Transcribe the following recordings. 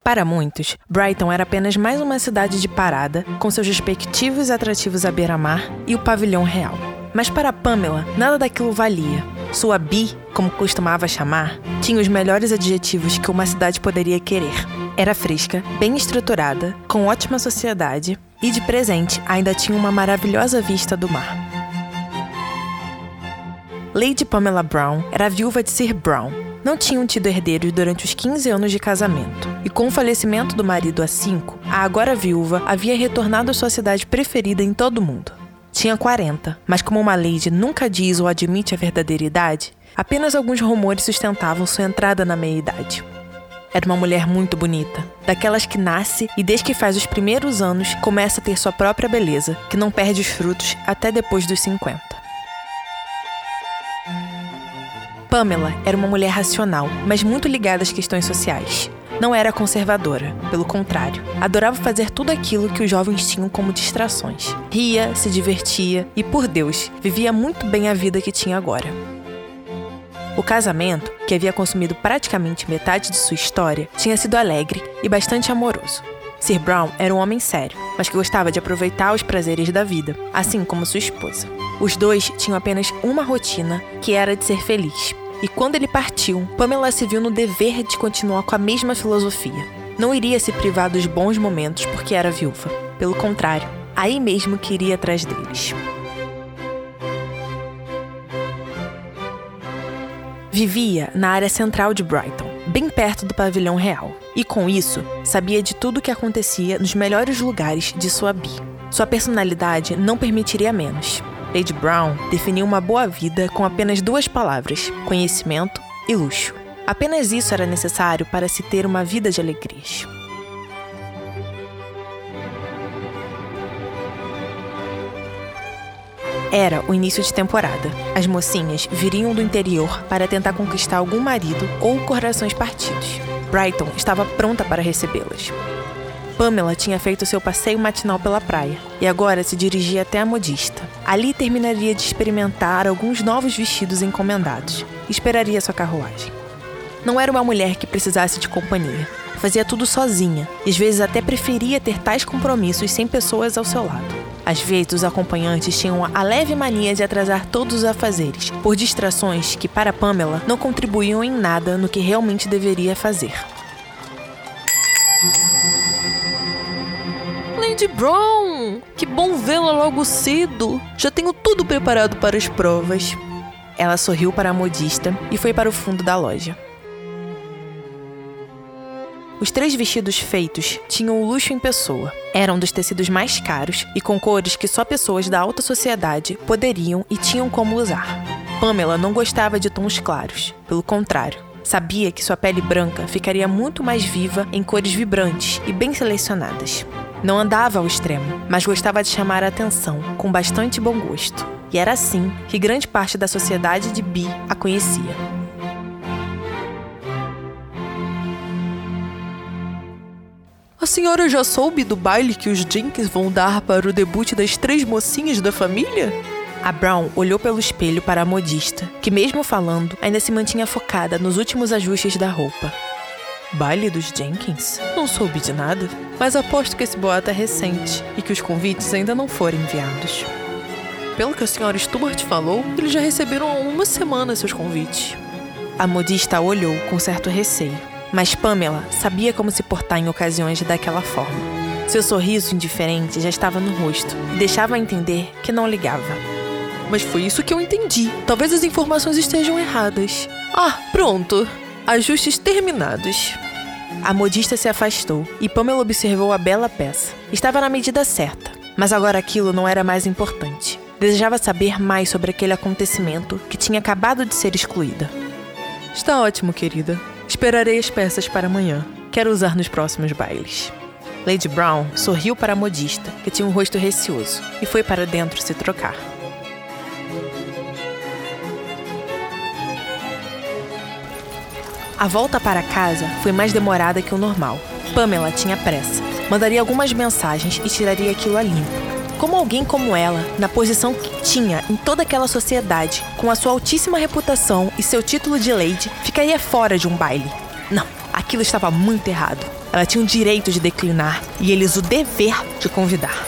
Para muitos, Brighton era apenas mais uma cidade de parada, com seus respectivos atrativos à beira-mar e o pavilhão real. Mas para Pamela, nada daquilo valia. Sua Bi, como costumava chamar, tinha os melhores adjetivos que uma cidade poderia querer. Era fresca, bem estruturada, com ótima sociedade e, de presente, ainda tinha uma maravilhosa vista do mar. Lady Pamela Brown era a viúva de Sir Brown. Não tinham tido herdeiros durante os 15 anos de casamento, e com o falecimento do marido há 5, a agora viúva havia retornado à sua cidade preferida em todo o mundo. Tinha 40, mas como uma lady nunca diz ou admite a verdadeira idade, apenas alguns rumores sustentavam sua entrada na meia-idade. Era uma mulher muito bonita, daquelas que nasce e desde que faz os primeiros anos começa a ter sua própria beleza, que não perde os frutos até depois dos 50. Pamela era uma mulher racional, mas muito ligada às questões sociais. Não era conservadora, pelo contrário. Adorava fazer tudo aquilo que os jovens tinham como distrações. Ria, se divertia e, por Deus, vivia muito bem a vida que tinha agora. O casamento, que havia consumido praticamente metade de sua história, tinha sido alegre e bastante amoroso. Sir Brown era um homem sério, mas que gostava de aproveitar os prazeres da vida, assim como sua esposa. Os dois tinham apenas uma rotina, que era de ser feliz. E quando ele partiu, Pamela se viu no dever de continuar com a mesma filosofia. Não iria se privar dos bons momentos porque era viúva. Pelo contrário, aí mesmo que iria atrás deles. Vivia na área central de Brighton, bem perto do pavilhão real. E com isso, sabia de tudo o que acontecia nos melhores lugares de sua Bi. Sua personalidade não permitiria menos. Lady Brown definiu uma boa vida com apenas 2 palavras: conhecimento e luxo. Apenas isso era necessário para se ter uma vida de alegrias. Era o início de temporada. As mocinhas viriam do interior para tentar conquistar algum marido ou corações partidos. Brighton estava pronta para recebê-las. Pamela tinha feito seu passeio matinal pela praia e agora se dirigia até a modista. Ali terminaria de experimentar alguns novos vestidos encomendados e esperaria sua carruagem. Não era uma mulher que precisasse de companhia. Fazia tudo sozinha e às vezes até preferia ter tais compromissos sem pessoas ao seu lado. Às vezes os acompanhantes tinham a leve mania de atrasar todos os afazeres, por distrações que, para Pamela, não contribuíam em nada no que realmente deveria fazer. Lady Brown! Que bom vê-la logo cedo! Já tenho tudo preparado para as provas. Ela sorriu para a modista e foi para o fundo da loja. Os 3 vestidos feitos tinham o luxo em pessoa. Eram dos tecidos mais caros e com cores que só pessoas da alta sociedade poderiam e tinham como usar. Pamela não gostava de tons claros. Pelo contrário, sabia que sua pele branca ficaria muito mais viva em cores vibrantes e bem selecionadas. Não andava ao extremo, mas gostava de chamar a atenção, com bastante bom gosto. E era assim que grande parte da sociedade de Bi a conhecia. A senhora já soube do baile que os Jenkins vão dar para o debut das 3 mocinhas da família? A Brown olhou pelo espelho para a modista, que mesmo falando, ainda se mantinha focada nos últimos ajustes da roupa. Baile dos Jenkins? Não soube de nada, mas aposto que esse boato é recente e que os convites ainda não foram enviados. Pelo que a senhora Stuart falou, eles já receberam há 1 semana seus convites. A modista olhou com certo receio, mas Pamela sabia como se portar em ocasiões daquela forma. Seu sorriso indiferente já estava no rosto e deixava entender que não ligava. Mas foi isso que eu entendi. Talvez as informações estejam erradas. Ah, pronto. Ajustes terminados. A modista se afastou e Pamela observou a bela peça. Estava na medida certa, mas agora aquilo não era mais importante. Desejava saber mais sobre aquele acontecimento que tinha acabado de ser excluída. Está ótimo, querida. Esperarei as peças para amanhã. Quero usar nos próximos bailes. Lady Brown sorriu para a modista, que tinha um rosto receoso, e foi para dentro se trocar. A volta para casa foi mais demorada que o normal. Pamela tinha pressa. Mandaria algumas mensagens e tiraria aquilo a limpo. Como alguém como ela, na posição que tinha em toda aquela sociedade, com a sua altíssima reputação e seu título de lady, ficaria fora de um baile? Não, aquilo estava muito errado. Ela tinha o direito de declinar e eles o dever de convidar.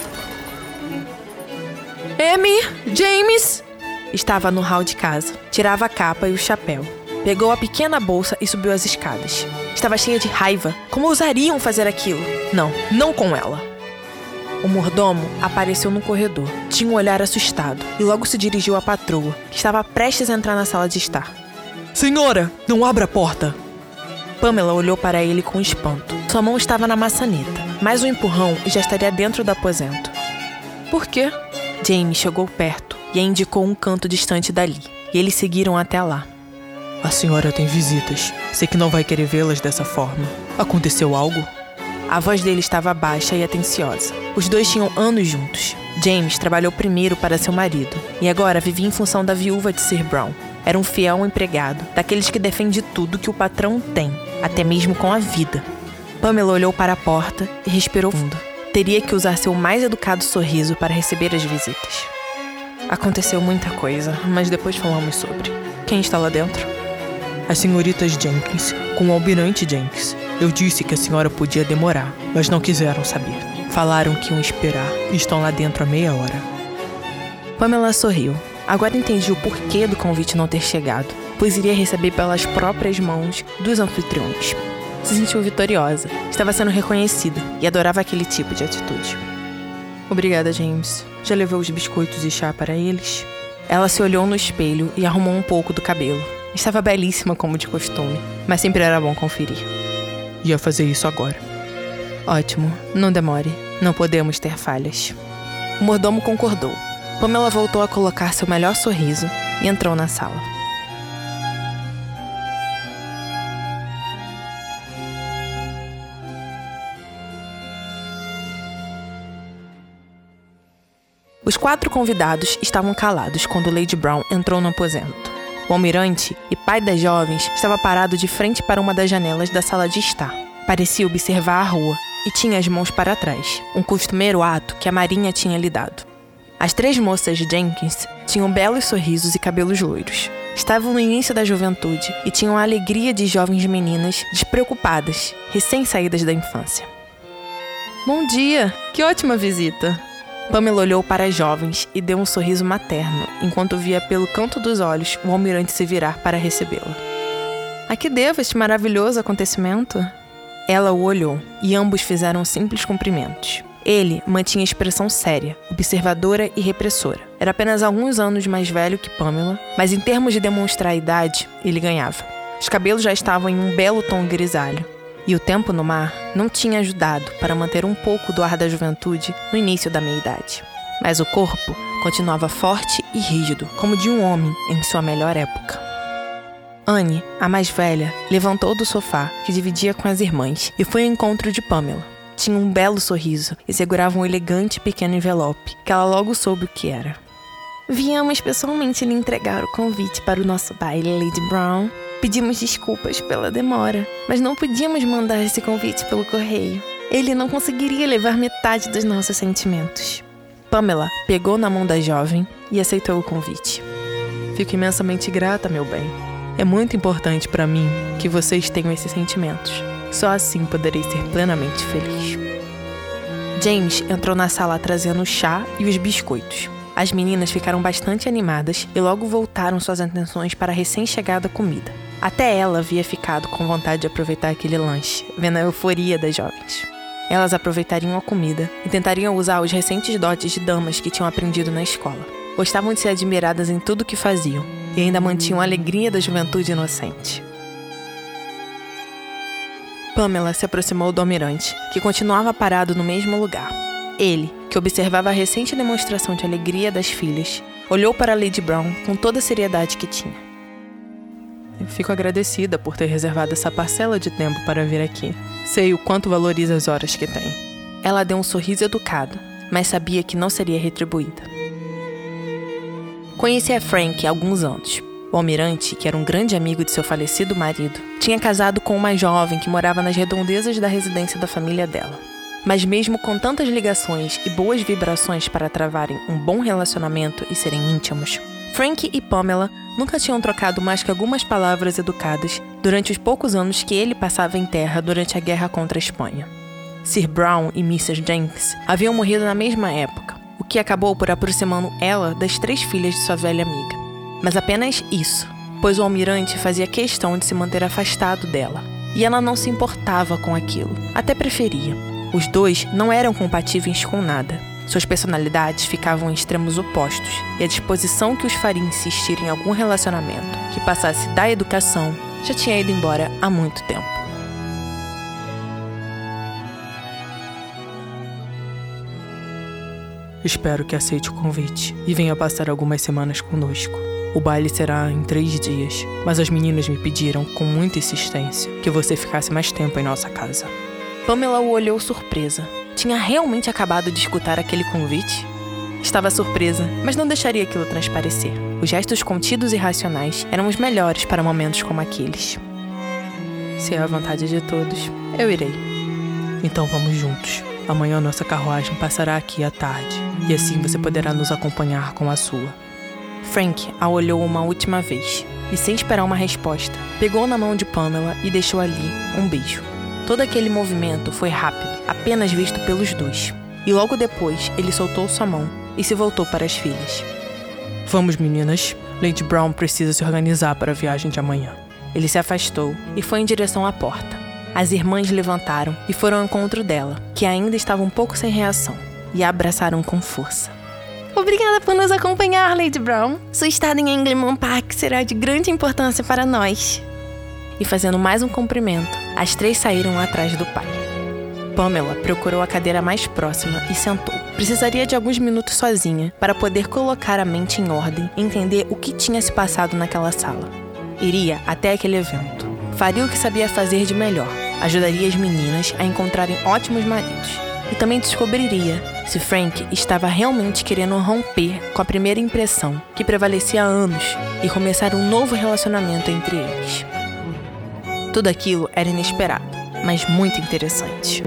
Amy, James! Estava no hall de casa. Tirava a capa e o chapéu. Pegou a pequena bolsa e subiu as escadas. Estava cheia de raiva. Como ousariam fazer aquilo? Não com ela. O mordomo apareceu no corredor. Tinha um olhar assustado e logo se dirigiu à patroa, que estava prestes a entrar na sala de estar. Senhora, não abra a porta! Pamela olhou para ele com espanto. Sua mão estava na maçaneta. Mais um empurrão e já estaria dentro do aposento. Por quê? James chegou perto e a indicou um canto distante dali. E eles seguiram até lá. A senhora tem visitas. Sei que não vai querer vê-las dessa forma. Aconteceu algo? A voz dele estava baixa e atenciosa. Os dois tinham anos juntos. James trabalhou primeiro para seu marido e agora vivia em função da viúva de Sir Brown. Era um fiel empregado, daqueles que defende tudo que o patrão tem, até mesmo com a vida. Pamela olhou para a porta e respirou fundo. Teria que usar seu mais educado sorriso para receber as visitas. Aconteceu muita coisa, mas depois falamos sobre. Quem está lá dentro? As senhoritas Jenkins, com o almirante Jenkins. Eu disse que a senhora podia demorar, mas não quiseram saber. Falaram que iam esperar e estão lá dentro há meia hora. Pamela sorriu. Agora entendi o porquê do convite não ter chegado, pois iria receber pelas próprias mãos dos anfitriões. Se sentiu vitoriosa, estava sendo reconhecida e adorava aquele tipo de atitude. Obrigada, James. Já levou os biscoitos e chá para eles? Ela se olhou no espelho e arrumou um pouco do cabelo. Estava belíssima como de costume, mas sempre era bom conferir. Ia fazer isso agora. Ótimo, não demore. Não podemos ter falhas. O mordomo concordou. Pamela voltou a colocar seu melhor sorriso e entrou na sala. Os 4 convidados estavam calados quando Lady Brown entrou no aposento. O almirante e pai das jovens estava parado de frente para uma das janelas da sala de estar. Parecia observar a rua e tinha as mãos para trás, um costumeiro ato que a marinha tinha lhe dado. As 3 moças Jenkins tinham belos sorrisos e cabelos loiros. Estavam no início da juventude e tinham a alegria de jovens meninas despreocupadas, recém-saídas da infância. Bom dia! Que ótima visita! Pamela olhou para as jovens e deu um sorriso materno, enquanto via pelo canto dos olhos o almirante se virar para recebê-la. A que devo este maravilhoso acontecimento? Ela o olhou e ambos fizeram simples cumprimentos. Ele mantinha expressão séria, observadora e repressora. Era apenas alguns anos mais velho que Pamela, mas em termos de demonstrar a idade, ele ganhava. Os cabelos já estavam em um belo tom grisalho, e o tempo no mar não tinha ajudado para manter um pouco do ar da juventude no início da meia-idade. Mas o corpo continuava forte e rígido, como de um homem em sua melhor época. Anne, a mais velha, levantou do sofá que dividia com as irmãs e foi ao encontro de Pamela. Tinha um belo sorriso e segurava um elegante pequeno envelope, que ela logo soube o que era. Viemos pessoalmente lhe entregar o convite para o nosso baile, Lady Brown. Pedimos desculpas pela demora, mas não podíamos mandar esse convite pelo correio. Ele não conseguiria levar metade dos nossos sentimentos. Pamela pegou na mão da jovem e aceitou o convite. Fico imensamente grata, meu bem. É muito importante para mim que vocês tenham esses sentimentos. Só assim poderei ser plenamente feliz. James entrou na sala trazendo o chá e os biscoitos. As meninas ficaram bastante animadas e logo voltaram suas atenções para a recém-chegada comida. Até ela havia ficado com vontade de aproveitar aquele lanche, vendo a euforia das jovens. Elas aproveitariam a comida e tentariam usar os recentes dotes de damas que tinham aprendido na escola. Gostavam de ser admiradas em tudo o que faziam e ainda mantinham a alegria da juventude inocente. Pamela se aproximou do almirante, que continuava parado no mesmo lugar. Ele, que observava a recente demonstração de alegria das filhas, olhou para Lady Brown com toda a seriedade que tinha. Eu fico agradecida por ter reservado essa parcela de tempo para vir aqui. Sei o quanto valoriza as horas que tem. Ela deu um sorriso educado, mas sabia que não seria retribuída. Conhecia Frank há alguns anos. O almirante, que era um grande amigo de seu falecido marido, tinha casado com uma jovem que morava nas redondezas da residência da família dela. Mas mesmo com tantas ligações e boas vibrações para travarem um bom relacionamento e serem íntimos, Frank e Pamela Nunca tinham trocado mais que algumas palavras educadas durante os poucos anos que ele passava em terra durante a guerra contra a Espanha. Sir Brown e Mrs. Jenks haviam morrido na mesma época, o que acabou por aproximando ela das 3 filhas de sua velha amiga. Mas apenas isso, pois o almirante fazia questão de se manter afastado dela. E ela não se importava com aquilo, até preferia. Os dois não eram compatíveis com nada. Suas personalidades ficavam em extremos opostos, e a disposição que os faria insistir em algum relacionamento que passasse da educação já tinha ido embora há muito tempo. Espero que aceite o convite e venha passar algumas semanas conosco. O baile será em 3 dias, mas as meninas me pediram com muita insistência que você ficasse mais tempo em nossa casa. Pamela o olhou surpresa. Tinha realmente acabado de escutar aquele convite? Estava surpresa, mas não deixaria aquilo transparecer. Os gestos contidos e racionais eram os melhores para momentos como aqueles. Se é a vontade de todos, eu irei. Então vamos juntos. Amanhã nossa carruagem passará aqui à tarde, e assim você poderá nos acompanhar com a sua. Frank a olhou uma última vez, e sem esperar uma resposta, pegou na mão de Pamela e deixou ali um beijo. Todo aquele movimento foi rápido, apenas visto pelos dois. E logo depois, ele soltou sua mão e se voltou para as filhas. Vamos, meninas. Lady Brown precisa se organizar para a viagem de amanhã. Ele se afastou e foi em direção à porta. As irmãs levantaram e foram ao encontro dela, que ainda estava um pouco sem reação, e a abraçaram com força. Obrigada por nos acompanhar, Lady Brown. Sua estada em Engleman Park será de grande importância para nós. E fazendo mais um cumprimento, as 3 saíram atrás do pai. Pamela procurou a cadeira mais próxima e sentou. Precisaria de alguns minutos sozinha para poder colocar a mente em ordem e entender o que tinha se passado naquela sala. Iria até aquele evento. Faria o que sabia fazer de melhor. Ajudaria as meninas a encontrarem ótimos maridos. E também descobriria se Frank estava realmente querendo romper com a primeira impressão que prevalecia há anos e começar um novo relacionamento entre eles. Tudo aquilo era inesperado, mas muito interessante.